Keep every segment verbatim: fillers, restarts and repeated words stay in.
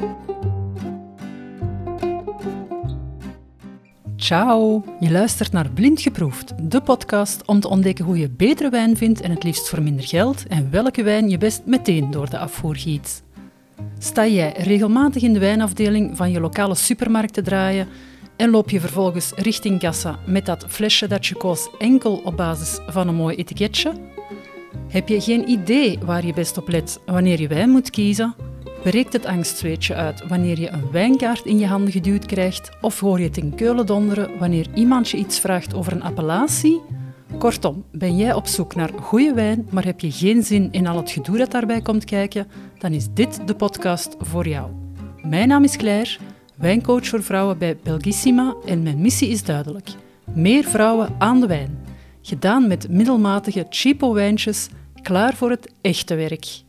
Ciao, je luistert naar Blind Geproefd, de podcast om te ontdekken hoe je betere wijn vindt en het liefst voor minder geld en welke wijn je best meteen door de afvoer giet. Sta jij regelmatig in de wijnafdeling van je lokale supermarkt te draaien en loop je vervolgens richting kassa met dat flesje dat je koos enkel op basis van een mooi etiketje? Heb je geen idee waar je best op let wanneer je wijn moet kiezen? Breekt het angstzweetje uit wanneer je een wijnkaart in je handen geduwd krijgt? Of hoor je ten keulen donderen wanneer iemand je iets vraagt over een appellatie? Kortom, ben jij op zoek naar goede wijn, maar heb je geen zin in al het gedoe dat daarbij komt kijken? Dan is dit de podcast voor jou. Mijn naam is Claire, wijncoach voor vrouwen bij Belgissima en mijn missie is duidelijk. Meer vrouwen aan de wijn. Gedaan met middelmatige cheapo wijntjes, klaar voor het echte werk.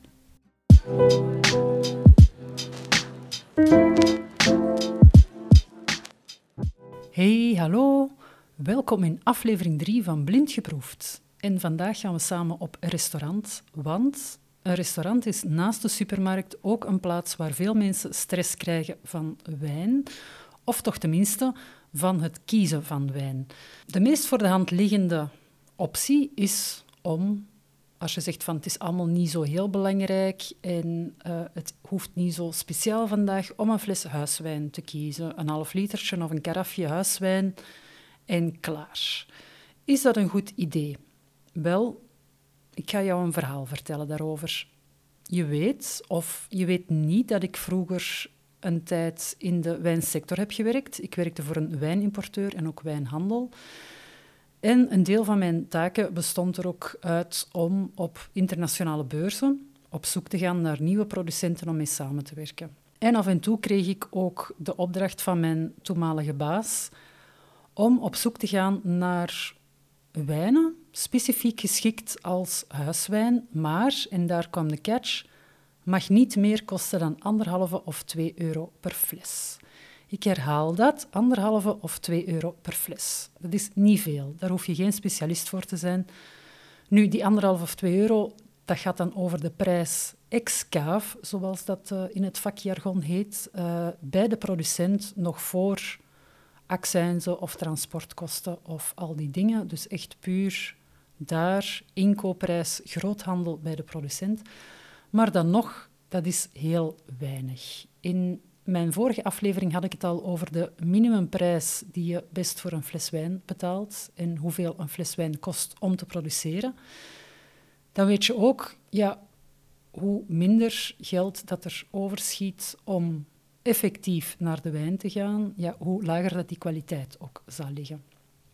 Hey, hallo. Welkom in aflevering drie van Blind Geproefd. En vandaag gaan we samen op restaurant, want een restaurant is naast de supermarkt ook een plaats waar veel mensen stress krijgen van wijn, of toch tenminste van het kiezen van wijn. De meest voor de hand liggende optie is om, als je zegt van het is allemaal niet zo heel belangrijk en uh, het hoeft niet zo speciaal vandaag, om een fles huiswijn te kiezen. Een half litertje of een karafje huiswijn en klaar. Is dat een goed idee? Wel, ik ga jou een verhaal vertellen daarover. Je weet, of je weet niet, dat ik vroeger een tijd in de wijnsector heb gewerkt. Ik werkte voor een wijnimporteur en ook wijnhandel. En een deel van mijn taken bestond er ook uit om op internationale beurzen op zoek te gaan naar nieuwe producenten om mee samen te werken. En af en toe kreeg ik ook de opdracht van mijn toenmalige baas om op zoek te gaan naar wijnen, specifiek geschikt als huiswijn, maar, en daar kwam de catch, mag niet meer kosten dan anderhalve of twee euro per fles. Ik herhaal dat, anderhalve of twee euro per fles. Dat is niet veel, daar hoef je geen specialist voor te zijn. Nu, die anderhalve of twee euro, dat gaat dan over de prijs ex-kaaf, zoals dat uh, in het vakjargon heet, uh, bij de producent nog voor accijnzen of transportkosten of al die dingen. Dus echt puur daar, inkoopprijs, groothandel bij de producent. Maar dan nog, dat is heel weinig. In mijn vorige aflevering had ik het al over de minimumprijs die je best voor een fles wijn betaalt en hoeveel een fles wijn kost om te produceren. Dan weet je ook ja, hoe minder geld dat er overschiet om effectief naar de wijn te gaan, ja, hoe lager dat die kwaliteit ook zal liggen.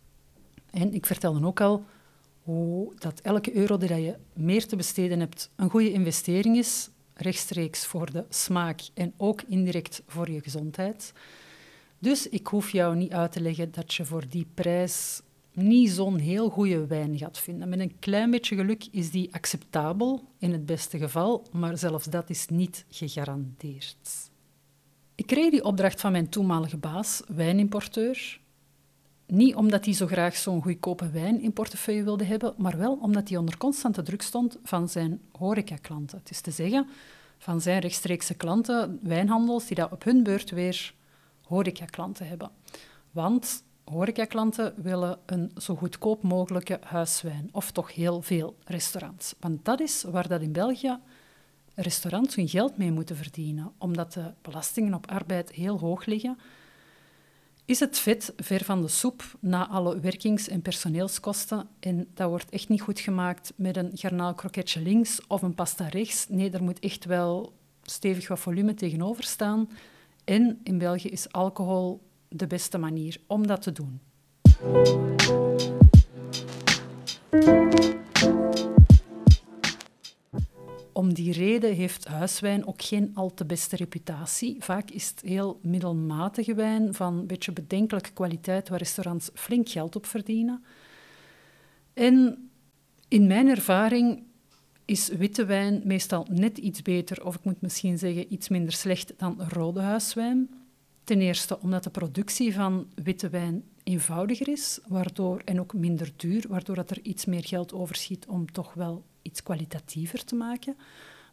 En ik vertelde ook al hoe dat elke euro die je meer te besteden hebt een goede investering is, rechtstreeks voor de smaak en ook indirect voor je gezondheid. Dus ik hoef jou niet uit te leggen dat je voor die prijs niet zo'n heel goede wijn gaat vinden. Met een klein beetje geluk is die acceptabel in het beste geval, maar zelfs dat is niet gegarandeerd. Ik kreeg die opdracht van mijn toenmalige baas, wijnimporteur. Niet omdat hij zo graag zo'n goedkope wijn in portefeuille wilde hebben, maar wel omdat hij onder constante druk stond van zijn horecaklanten. Het is te zeggen, van zijn rechtstreekse klanten, wijnhandels, die dat op hun beurt weer horecaklanten hebben. Want horecaklanten willen een zo goedkoop mogelijke huiswijn, of toch heel veel restaurants. Want dat is waar dat in België restaurants hun geld mee moeten verdienen, omdat de belastingen op arbeid heel hoog liggen. Is het vet ver van de soep na alle werkings- en personeelskosten en dat wordt echt niet goed gemaakt met een garnaalkroketje links of een pasta rechts. Nee, er moet echt wel stevig wat volume tegenover staan. En in België is alcohol de beste manier om dat te doen. Om die reden heeft huiswijn ook geen al te beste reputatie. Vaak is het heel middelmatige wijn van een beetje bedenkelijke kwaliteit waar restaurants flink geld op verdienen. En in mijn ervaring is witte wijn meestal net iets beter, of ik moet misschien zeggen iets minder slecht dan rode huiswijn. Ten eerste omdat de productie van witte wijn eenvoudiger is, waardoor, en ook minder duur, waardoor dat er iets meer geld overschiet om toch wel iets kwalitatiever te maken.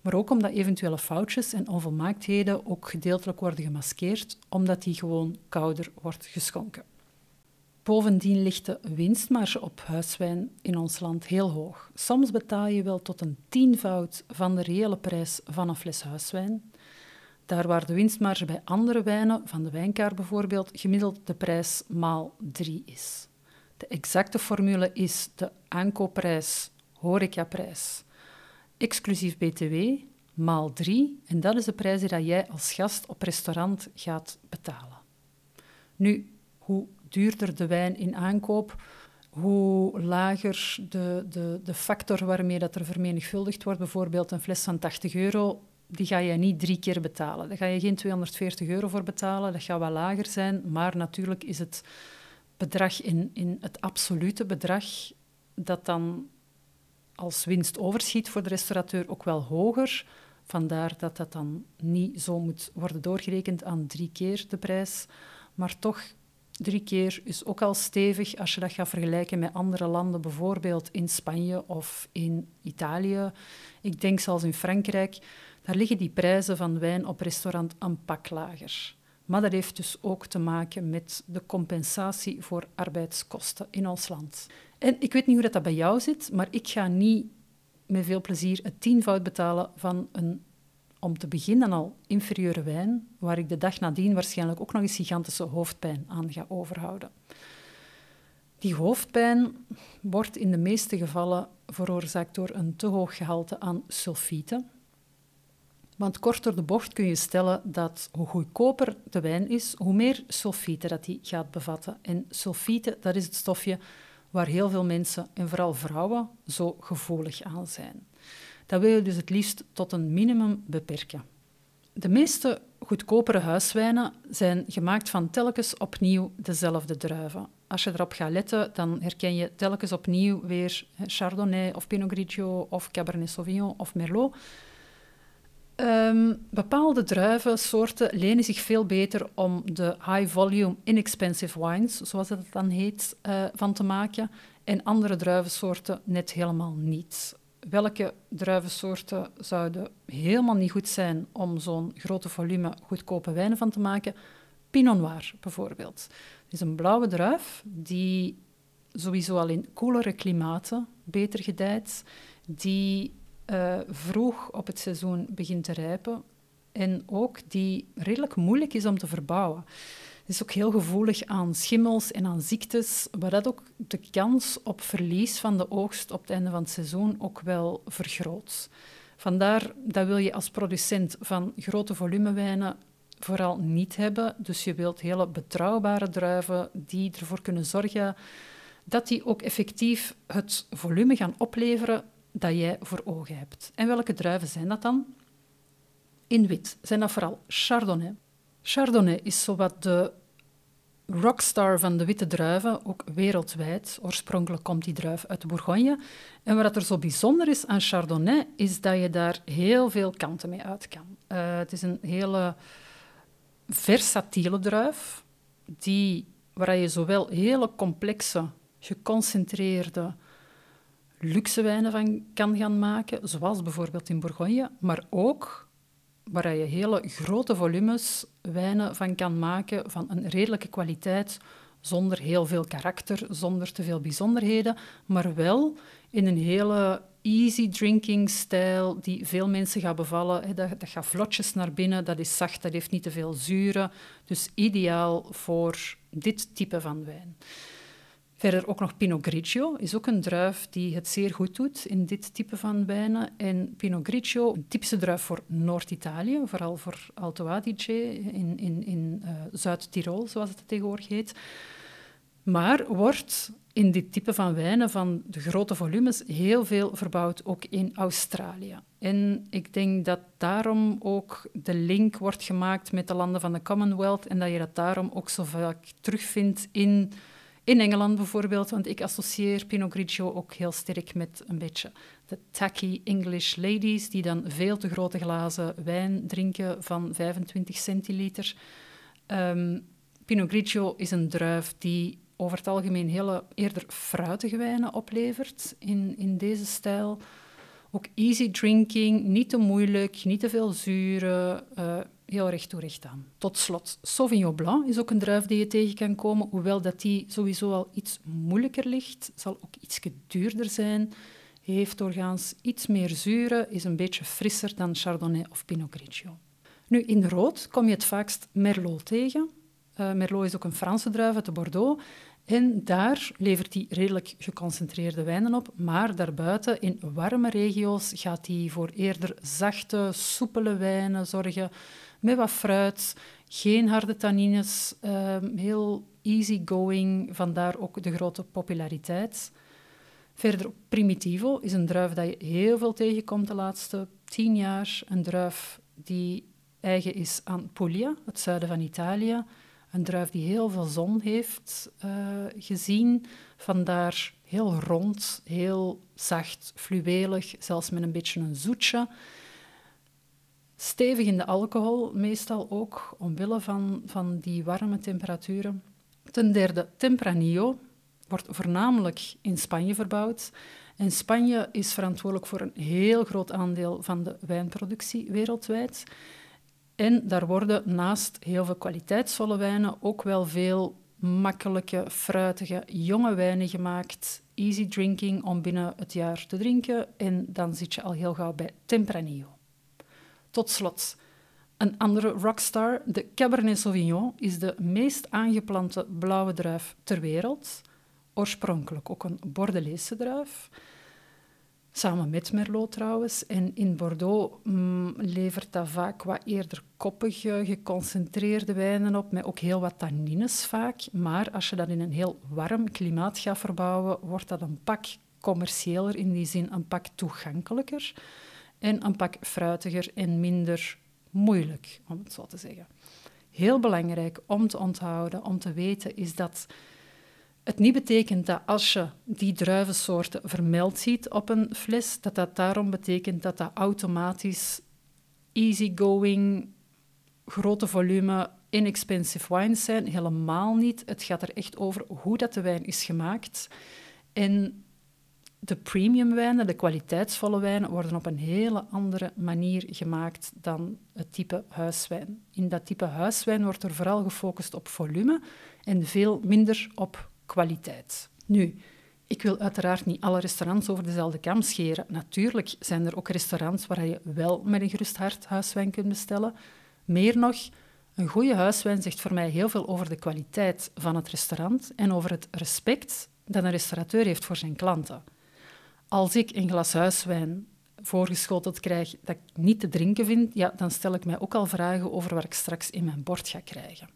maar ook omdat eventuele foutjes en onvolmaaktheden ook gedeeltelijk worden gemaskeerd, omdat die gewoon kouder wordt geschonken. Bovendien ligt de winstmarge op huiswijn in ons land heel hoog. Soms betaal je wel tot een tienvoud van de reële prijs van een fles huiswijn. Daar waar de winstmarge bij andere wijnen, van de wijnkaart bijvoorbeeld, gemiddeld de prijs maal drie is. De exacte formule is de aankoopprijs, horecaprijs, exclusief B T W, maal drie. En dat is de prijs die dat jij als gast op restaurant gaat betalen. Nu, hoe duurder de wijn in aankoop, hoe lager de, de, de factor waarmee dat er vermenigvuldigd wordt. Bijvoorbeeld een fles van tachtig euro, die ga je niet drie keer betalen. Daar ga je geen tweehonderdveertig euro voor betalen, dat gaat wel lager zijn. Maar natuurlijk is het bedrag in, in het absolute bedrag dat dan als winst overschiet voor de restaurateur ook wel hoger. Vandaar dat dat dan niet zo moet worden doorgerekend aan drie keer de prijs. Maar toch, drie keer is ook al stevig als je dat gaat vergelijken met andere landen, bijvoorbeeld in Spanje of in Italië. Ik denk zelfs in Frankrijk, daar liggen die prijzen van wijn op restaurant een pak lager. Maar dat heeft dus ook te maken met de compensatie voor arbeidskosten in ons land. En ik weet niet hoe dat, dat bij jou zit, maar ik ga niet met veel plezier het tienvoud betalen van een, om te beginnen al, inferieure wijn, waar ik de dag nadien waarschijnlijk ook nog eens gigantische hoofdpijn aan ga overhouden. Die hoofdpijn wordt in de meeste gevallen veroorzaakt door een te hoog gehalte aan sulfieten. Want kort door de bocht kun je stellen dat hoe goedkoper de wijn is, hoe meer sulfieten dat die gaat bevatten. En sulfieten, dat is het stofje waar heel veel mensen, en vooral vrouwen, zo gevoelig aan zijn. Dat wil je dus het liefst tot een minimum beperken. De meeste goedkopere huiswijnen zijn gemaakt van telkens opnieuw dezelfde druiven. Als je erop gaat letten, dan herken je telkens opnieuw weer Chardonnay of Pinot Grigio of Cabernet Sauvignon of Merlot. Um, bepaalde druivensoorten lenen zich veel beter om de high-volume, inexpensive wines, zoals het dan heet, uh, van te maken. En andere druivensoorten net helemaal niet. Welke druivensoorten zouden helemaal niet goed zijn om zo'n grote volume goedkope wijnen van te maken? Pinot Noir bijvoorbeeld. Het is een blauwe druif die sowieso al in koelere klimaten beter gedijt, die Uh, vroeg op het seizoen begint te rijpen en ook die redelijk moeilijk is om te verbouwen. Het is ook heel gevoelig aan schimmels en aan ziektes, waar dat ook de kans op verlies van de oogst op het einde van het seizoen ook wel vergroot. Vandaar dat wil je als producent van grote volumewijnen vooral niet hebben. Dus je wilt hele betrouwbare druiven die ervoor kunnen zorgen dat die ook effectief het volume gaan opleveren dat jij voor ogen hebt. En welke druiven zijn dat dan? In wit zijn dat vooral Chardonnay. Chardonnay is zowat de rockstar van de witte druiven, ook wereldwijd. Oorspronkelijk komt die druif uit Bourgogne. En wat er zo bijzonder is aan Chardonnay, is dat je daar heel veel kanten mee uit kan. Uh, het is een hele versatiele druif, die, waar je zowel hele complexe, geconcentreerde luxe wijnen van kan gaan maken, zoals bijvoorbeeld in Bourgogne, maar ook waar je hele grote volumes wijnen van kan maken van een redelijke kwaliteit, zonder heel veel karakter, zonder te veel bijzonderheden, maar wel in een hele easy drinking stijl die veel mensen gaat bevallen. Dat, dat gaat vlotjes naar binnen, dat is zacht, dat heeft niet te veel zuren. Dus ideaal voor dit type van wijn. Verder ook nog Pinot Grigio, is ook een druif die het zeer goed doet in dit type van wijnen. En Pinot Grigio, een typische druif voor Noord-Italië, vooral voor Alto Adige in, in, in uh, Zuid-Tirol, zoals het tegenwoordig heet. Maar wordt in dit type van wijnen van de grote volumes heel veel verbouwd, ook in Australië. En ik denk dat daarom ook de link wordt gemaakt met de landen van de Commonwealth en dat je dat daarom ook zo vaak terugvindt in... In Engeland bijvoorbeeld, want ik associeer Pinot Grigio ook heel sterk met een beetje de tacky English ladies, die dan veel te grote glazen wijn drinken van vijfentwintig centiliter. Um, Pinot Grigio is een druif die over het algemeen hele eerder fruitige wijnen oplevert in, in deze stijl. Ook easy drinking, niet te moeilijk, niet te veel zuren, uh, heel recht toe recht aan. Tot slot, Sauvignon Blanc is ook een druif die je tegen kan komen, hoewel dat die sowieso al iets moeilijker ligt, zal ook iets duurder zijn, heeft doorgaans iets meer zuren, is een beetje frisser dan Chardonnay of Pinot Grigio. Nu, in rood kom je het vaakst Merlot tegen. Uh, Merlot is ook een Franse druif uit de Bordeaux. En daar levert hij redelijk geconcentreerde wijnen op, maar daarbuiten, in warme regio's, gaat hij voor eerder zachte, soepele wijnen zorgen, met wat fruit, geen harde tannines, uh, heel easygoing, vandaar ook de grote populariteit. Verder, Primitivo is een druif dat je heel veel tegenkomt de laatste tien jaar. Een druif die eigen is aan Puglia, het zuiden van Italië. Een druif die heel veel zon heeft uh, gezien. Vandaar heel rond, heel zacht, fluwelig, zelfs met een beetje een zoetje. Stevig in de alcohol, meestal ook, omwille van, van die warme temperaturen. Ten derde, Tempranillo wordt voornamelijk in Spanje verbouwd. En Spanje is verantwoordelijk voor een heel groot aandeel van de wijnproductie wereldwijd. En daar worden naast heel veel kwaliteitsvolle wijnen ook wel veel makkelijke, fruitige, jonge wijnen gemaakt. Easy drinking om binnen het jaar te drinken. En dan zit je al heel gauw bij Tempranillo. Tot slot, een andere rockstar, de Cabernet Sauvignon, is de meest aangeplante blauwe druif ter wereld. Oorspronkelijk ook een Bordelese druif. Samen met Merlot trouwens. En in Bordeaux mm, levert dat vaak wat eerder koppige, geconcentreerde wijnen op, met ook heel wat tannines vaak. Maar als je dat in een heel warm klimaat gaat verbouwen, wordt dat een pak commerciëler, in die zin een pak toegankelijker. En een pak fruitiger en minder moeilijk, om het zo te zeggen. Heel belangrijk om te onthouden, om te weten, is dat het niet betekent dat als je die druivensoorten vermeld ziet op een fles, dat dat daarom betekent dat dat automatisch easygoing, grote volume, inexpensive wines zijn. Helemaal niet. Het gaat er echt over hoe dat de wijn is gemaakt. En de premium wijnen, de kwaliteitsvolle wijnen, worden op een hele andere manier gemaakt dan het type huiswijn. In dat type huiswijn wordt er vooral gefocust op volume en veel minder op kwaliteit. Nu, ik wil uiteraard niet alle restaurants over dezelfde kam scheren. Natuurlijk zijn er ook restaurants waar je wel met een gerust hart huiswijn kunt bestellen. Meer nog, een goede huiswijn zegt voor mij heel veel over de kwaliteit van het restaurant en over het respect dat een restaurateur heeft voor zijn klanten. Als ik een glas huiswijn voorgeschoteld krijg dat ik niet te drinken vind, ja, dan stel ik mij ook al vragen over wat ik straks in mijn bord ga krijgen.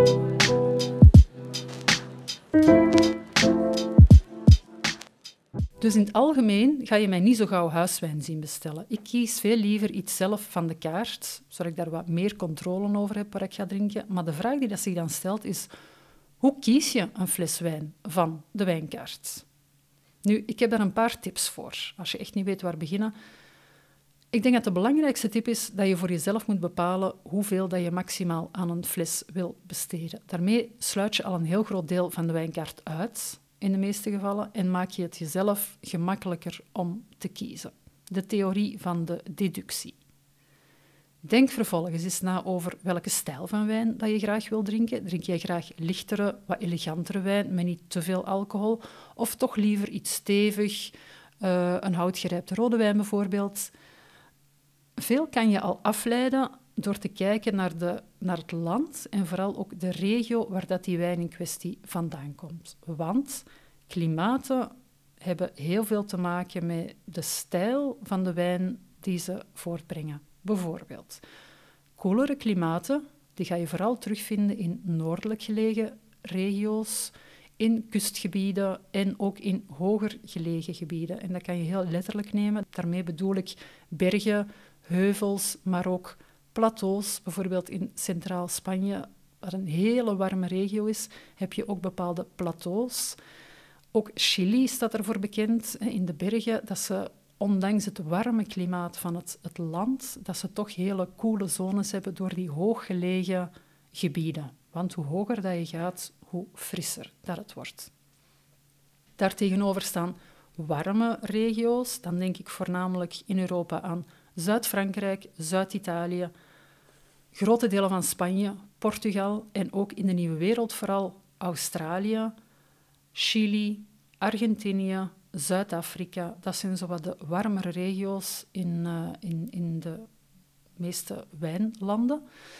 Dus in het algemeen ga je mij niet zo gauw huiswijn zien bestellen. Ik kies veel liever iets zelf van de kaart, zodat ik daar wat meer controle over heb waar ik ga drinken. Maar de vraag die dat zich dan stelt is, hoe kies je een fles wijn van de wijnkaart? Nu, ik heb daar een paar tips voor, als je echt niet weet waar beginnen. Ik denk dat de belangrijkste tip is dat je voor jezelf moet bepalen hoeveel dat je maximaal aan een fles wil besteden. Daarmee sluit je al een heel groot deel van de wijnkaart uit, in de meeste gevallen, en maak je het jezelf gemakkelijker om te kiezen. De theorie van de deductie. Denk vervolgens eens na over welke stijl van wijn dat je graag wil drinken. Drink jij graag lichtere, wat elegantere wijn met niet te veel alcohol? Of toch liever iets stevig, uh, een houtgerijpte rode wijn bijvoorbeeld? Veel kan je al afleiden door te kijken naar, de, naar het land en vooral ook de regio waar dat die wijn in kwestie vandaan komt. Want klimaten hebben heel veel te maken met de stijl van de wijn die ze voortbrengen. Bijvoorbeeld, koelere klimaten, die ga je vooral terugvinden in noordelijk gelegen regio's, in kustgebieden en ook in hoger gelegen gebieden. En dat kan je heel letterlijk nemen. Daarmee bedoel ik bergen, heuvels, maar ook plateaus. Bijvoorbeeld in Centraal Spanje, wat een hele warme regio is, heb je ook bepaalde plateaus. Ook Chili staat ervoor bekend, in de bergen, dat ze ondanks het warme klimaat van het, het land, dat ze toch hele koele zones hebben door die hooggelegen gebieden. Want hoe hoger dat je gaat, hoe frisser dat het wordt. Daartegenover staan warme regio's, dan denk ik voornamelijk in Europa aan Zuid-Frankrijk, Zuid-Italië, grote delen van Spanje, Portugal en ook in de Nieuwe Wereld vooral Australië, Chili, Argentinië, Zuid-Afrika. Dat zijn zowat de warmere regio's in, uh, in, in de meeste wijnlanden.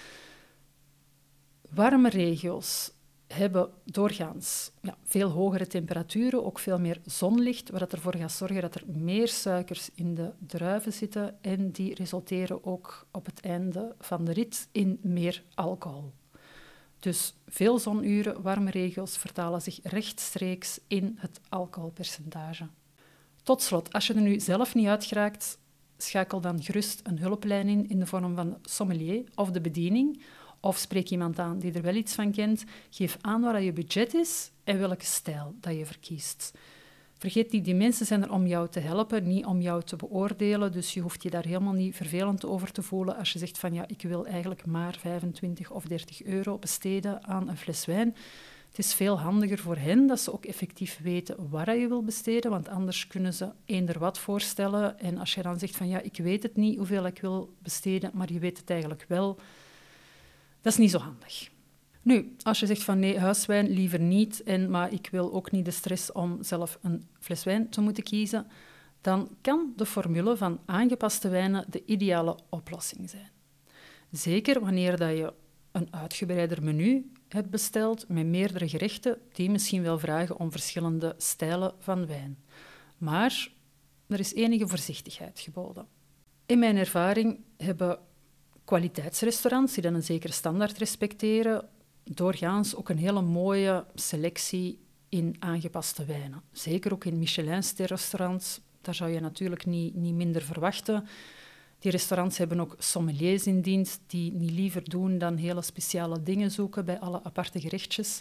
Warme regio's hebben doorgaans ja, veel hogere temperaturen, ook veel meer zonlicht, wat ervoor gaat zorgen dat er meer suikers in de druiven zitten en die resulteren ook op het einde van de rit in meer alcohol. Dus veel zonuren, warme regio's vertalen zich rechtstreeks in het alcoholpercentage. Tot slot, als je er nu zelf niet uit geraakt, schakel dan gerust een hulplijn in in de vorm van sommelier of de bediening, of spreek iemand aan die er wel iets van kent. Geef aan waar je budget is en welke stijl dat je verkiest. Vergeet niet, die mensen zijn er om jou te helpen, niet om jou te beoordelen. Dus je hoeft je daar helemaal niet vervelend over te voelen als je zegt van ja, ik wil eigenlijk maar vijfentwintig of dertig euro besteden aan een fles wijn. Het is veel handiger voor hen dat ze ook effectief weten waar je wil besteden, want anders kunnen ze eender wat voorstellen. En als je dan zegt van ja, ik weet het niet hoeveel ik wil besteden, maar je weet het eigenlijk wel, dat is niet zo handig. Nu, als je zegt van nee, huiswijn liever niet, en, maar ik wil ook niet de stress om zelf een fles wijn te moeten kiezen, dan kan de formule van aangepaste wijnen de ideale oplossing zijn. Zeker wanneer dat je een uitgebreider menu hebt besteld met meerdere gerechten die misschien wel vragen om verschillende stijlen van wijn. Maar er is enige voorzichtigheid geboden. In mijn ervaring hebben kwaliteitsrestaurants die dan een zekere standaard respecteren, doorgaans ook een hele mooie selectie in aangepaste wijnen. Zeker ook in Michelin-sterrestaurants, daar zou je natuurlijk niet, niet minder verwachten. Die restaurants hebben ook sommeliers in dienst die niet liever doen dan hele speciale dingen zoeken bij alle aparte gerechtjes.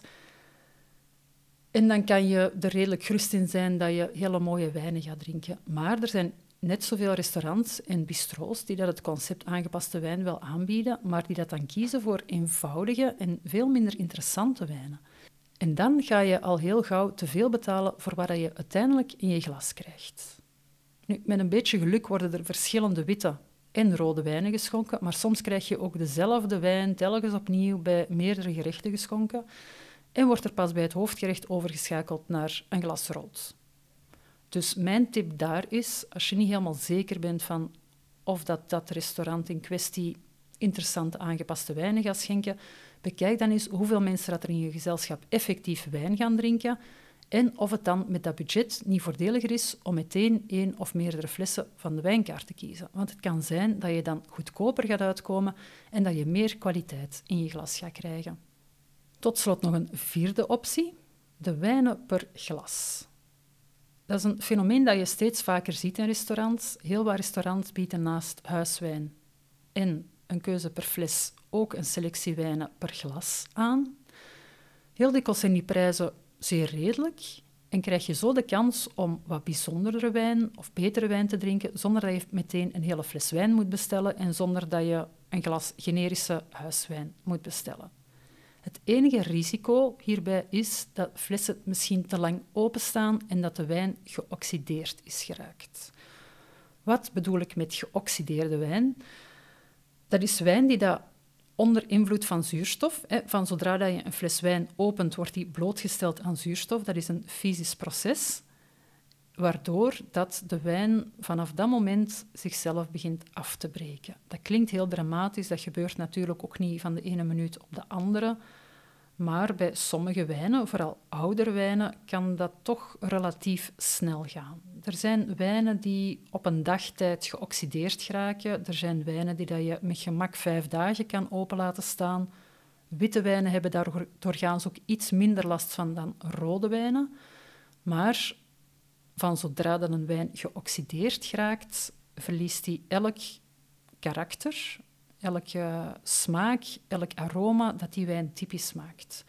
En dan kan je er redelijk gerust in zijn dat je hele mooie wijnen gaat drinken. Maar er zijn net zoveel restaurants en bistro's die dat het concept aangepaste wijn wel aanbieden, maar die dat dan kiezen voor eenvoudige en veel minder interessante wijnen. En dan ga je al heel gauw te veel betalen voor wat je uiteindelijk in je glas krijgt. Nu, met een beetje geluk worden er verschillende witte en rode wijnen geschonken, maar soms krijg je ook dezelfde wijn telkens opnieuw bij meerdere gerechten geschonken en wordt er pas bij het hoofdgerecht overgeschakeld naar een glas rood. Dus mijn tip daar is, als je niet helemaal zeker bent van of dat, dat restaurant in kwestie interessante aangepaste wijnen gaat schenken, bekijk dan eens hoeveel mensen dat er in je gezelschap effectief wijn gaan drinken en of het dan met dat budget niet voordeliger is om meteen één of meerdere flessen van de wijnkaart te kiezen. Want het kan zijn dat je dan goedkoper gaat uitkomen en dat je meer kwaliteit in je glas gaat krijgen. Tot slot nog een vierde optie, de wijnen per glas. Dat is een fenomeen dat je steeds vaker ziet in restaurants. Heel wat restaurants bieden naast huiswijn en een keuze per fles ook een selectie wijnen per glas aan. Heel dikwijls zijn die prijzen zeer redelijk en krijg je zo de kans om wat bijzondere wijn of betere wijn te drinken zonder dat je meteen een hele fles wijn moet bestellen en zonder dat je een glas generische huiswijn moet bestellen. Het enige risico hierbij is dat flessen misschien te lang openstaan en dat de wijn geoxideerd is geraakt. Wat bedoel ik met geoxideerde wijn? Dat is wijn die dat onder invloed van zuurstof, hè, van zodra dat je een fles wijn opent, wordt die blootgesteld aan zuurstof. Dat is een fysisch proces, waardoor dat de wijn vanaf dat moment zichzelf begint af te breken. Dat klinkt heel dramatisch, dat gebeurt natuurlijk ook niet van de ene minuut op de andere. Maar bij sommige wijnen, vooral oudere wijnen, kan dat toch relatief snel gaan. Er zijn wijnen die op een dagtijd geoxideerd geraken. Er zijn wijnen die dat je met gemak vijf dagen kan open laten staan. Witte wijnen hebben daar doorgaans ook iets minder last van dan rode wijnen. Maar van zodra dat een wijn geoxideerd geraakt, verliest die elk karakter, elke smaak, elk aroma dat die wijn typisch maakt.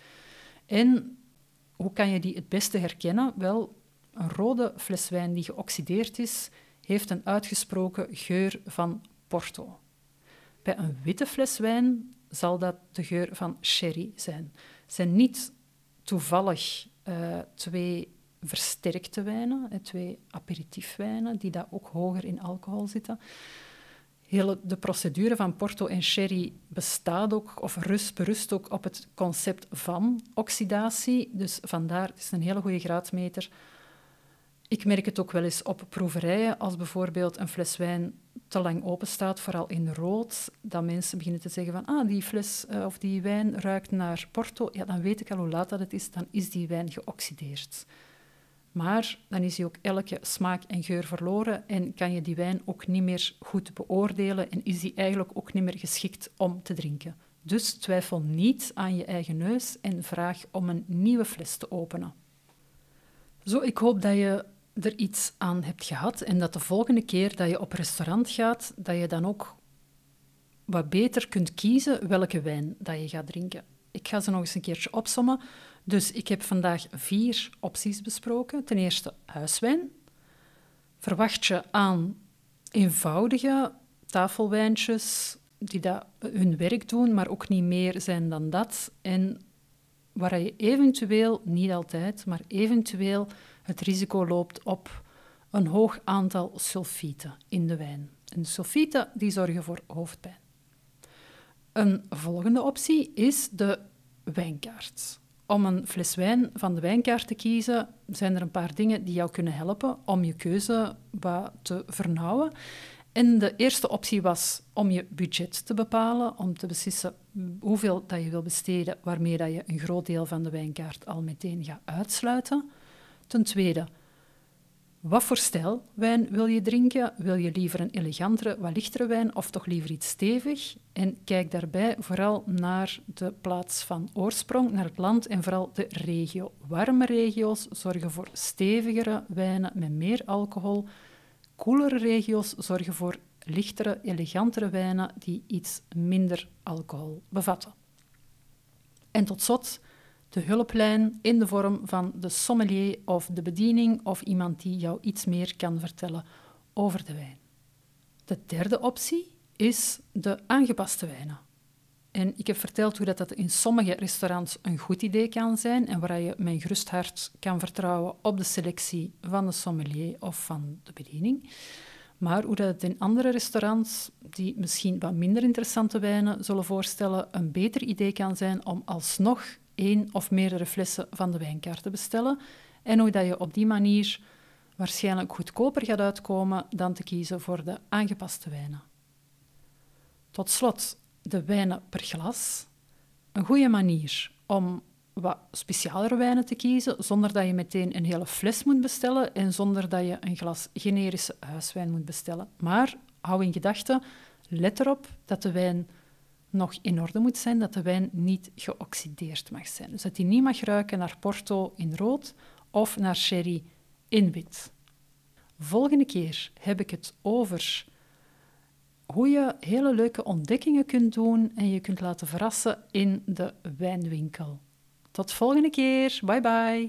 En hoe kan je die het beste herkennen? Wel, een rode fles wijn die geoxideerd is, heeft een uitgesproken geur van Porto. Bij een witte fles wijn zal dat de geur van sherry zijn. Het zijn niet toevallig uh, twee versterkte wijnen, twee aperitiefwijnen, die daar ook hoger in alcohol zitten. Hele, de procedure van Porto en Sherry bestaat ook, of rust, berust ook op het concept van oxidatie. Dus vandaar, het is een hele goede graadmeter. Ik merk het ook wel eens op proeverijen, als bijvoorbeeld een fles wijn te lang open staat, vooral in rood, dat mensen beginnen te zeggen van ah, die fles uh, of die wijn ruikt naar Porto. Ja, dan weet ik al hoe laat dat het is, dan is die wijn geoxideerd. Maar dan is hij ook elke smaak en geur verloren en kan je die wijn ook niet meer goed beoordelen en is die eigenlijk ook niet meer geschikt om te drinken. Dus twijfel niet aan je eigen neus en vraag om een nieuwe fles te openen. Zo, ik hoop dat je er iets aan hebt gehad en dat de volgende keer dat je op restaurant gaat, dat je dan ook wat beter kunt kiezen welke wijn dat je gaat drinken. Ik ga ze nog eens een keertje opsommen. Dus ik heb vandaag vier opties besproken. Ten eerste huiswijn. Verwacht je aan eenvoudige tafelwijntjes die dat hun werk doen, maar ook niet meer zijn dan dat. En waar je eventueel, niet altijd, maar eventueel het risico loopt op een hoog aantal sulfieten in de wijn. En de sulfieten die zorgen voor hoofdpijn. Een volgende optie is de wijnkaart. Om een fles wijn van de wijnkaart te kiezen, zijn er een paar dingen die jou kunnen helpen om je keuze wat te vernauwen. En de eerste optie was om je budget te bepalen, om te beslissen hoeveel dat je wil besteden, waarmee dat je een groot deel van de wijnkaart al meteen gaat uitsluiten. Ten tweede, wat voor stijl wijn wil je drinken? Wil je liever een elegantere, wat lichtere wijn of toch liever iets stevig? En kijk daarbij vooral naar de plaats van oorsprong, naar het land en vooral de regio. Warme regio's zorgen voor stevigere wijnen met meer alcohol. Koelere regio's zorgen voor lichtere, elegantere wijnen die iets minder alcohol bevatten. En tot slot de hulplijn in de vorm van de sommelier of de bediening of iemand die jou iets meer kan vertellen over de wijn. De derde optie is de aangepaste wijnen. En ik heb verteld hoe dat, dat in sommige restaurants een goed idee kan zijn en waar je met een gerust hart kan vertrouwen op de selectie van de sommelier of van de bediening. Maar hoe dat het in andere restaurants, die misschien wat minder interessante wijnen zullen voorstellen, een beter idee kan zijn om alsnog één of meerdere flessen van de wijnkaart te bestellen en hoe dat je op die manier waarschijnlijk goedkoper gaat uitkomen dan te kiezen voor de aangepaste wijnen. Tot slot, de wijnen per glas. Een goede manier om wat specialere wijnen te kiezen, zonder dat je meteen een hele fles moet bestellen en zonder dat je een glas generische huiswijn moet bestellen. Maar hou in gedachten, let erop dat de wijn nog in orde moet zijn, dat de wijn niet geoxideerd mag zijn. Dus dat die niet mag ruiken naar Porto in rood of naar sherry in wit. Volgende keer heb ik het over hoe je hele leuke ontdekkingen kunt doen en je kunt laten verrassen in de wijnwinkel. Tot volgende keer. Bye bye.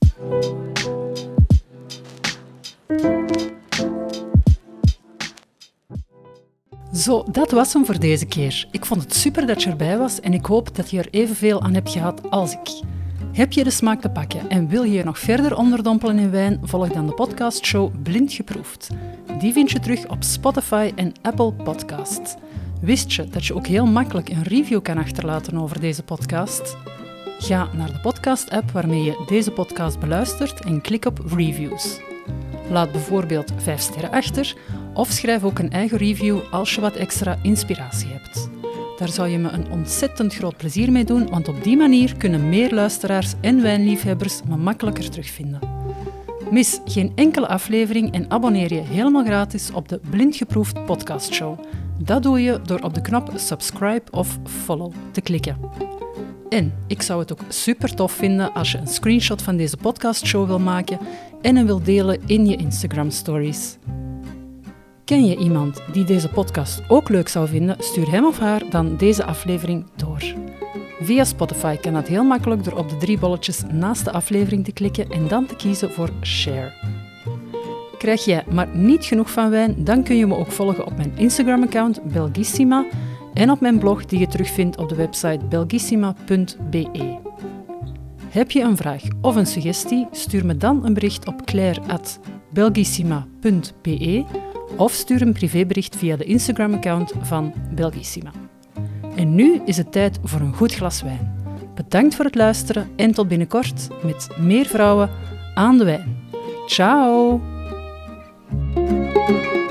Zo, dat was hem voor deze keer. Ik vond het super dat je erbij was en ik hoop dat je er evenveel aan hebt gehad als ik. Heb je de smaak te pakken en wil je je nog verder onderdompelen in wijn, volg dan de podcastshow Blind Geproefd. Die vind je terug op Spotify en Apple Podcasts. Wist je dat je ook heel makkelijk een review kan achterlaten over deze podcast? Ga naar de podcast-app waarmee je deze podcast beluistert en klik op Reviews. Laat bijvoorbeeld vijf sterren achter of schrijf ook een eigen review als je wat extra inspiratie hebt. Daar zou je me een ontzettend groot plezier mee doen, want op die manier kunnen meer luisteraars en wijnliefhebbers me makkelijker terugvinden. Mis geen enkele aflevering en abonneer je helemaal gratis op de Blind Geproefd podcastshow. Dat doe je door op de knop subscribe of follow te klikken. En ik zou het ook super tof vinden als je een screenshot van deze podcastshow wil maken en hem wil delen in je Instagram stories. Ken je iemand die deze podcast ook leuk zou vinden? Stuur hem of haar dan deze aflevering door. Via Spotify kan dat heel makkelijk door op de drie bolletjes naast de aflevering te klikken en dan te kiezen voor Share. Krijg jij maar niet genoeg van wijn, dan kun je me ook volgen op mijn Instagram-account Belgissima en op mijn blog die je terugvindt op de website belgissima punt be. Heb je een vraag of een suggestie? Stuur me dan een bericht op claire at belgissima punt b e of stuur een privébericht via de Instagram-account van Belgissima. En nu is het tijd voor een goed glas wijn. Bedankt voor het luisteren en tot binnenkort met meer vrouwen aan de wijn. Ciao!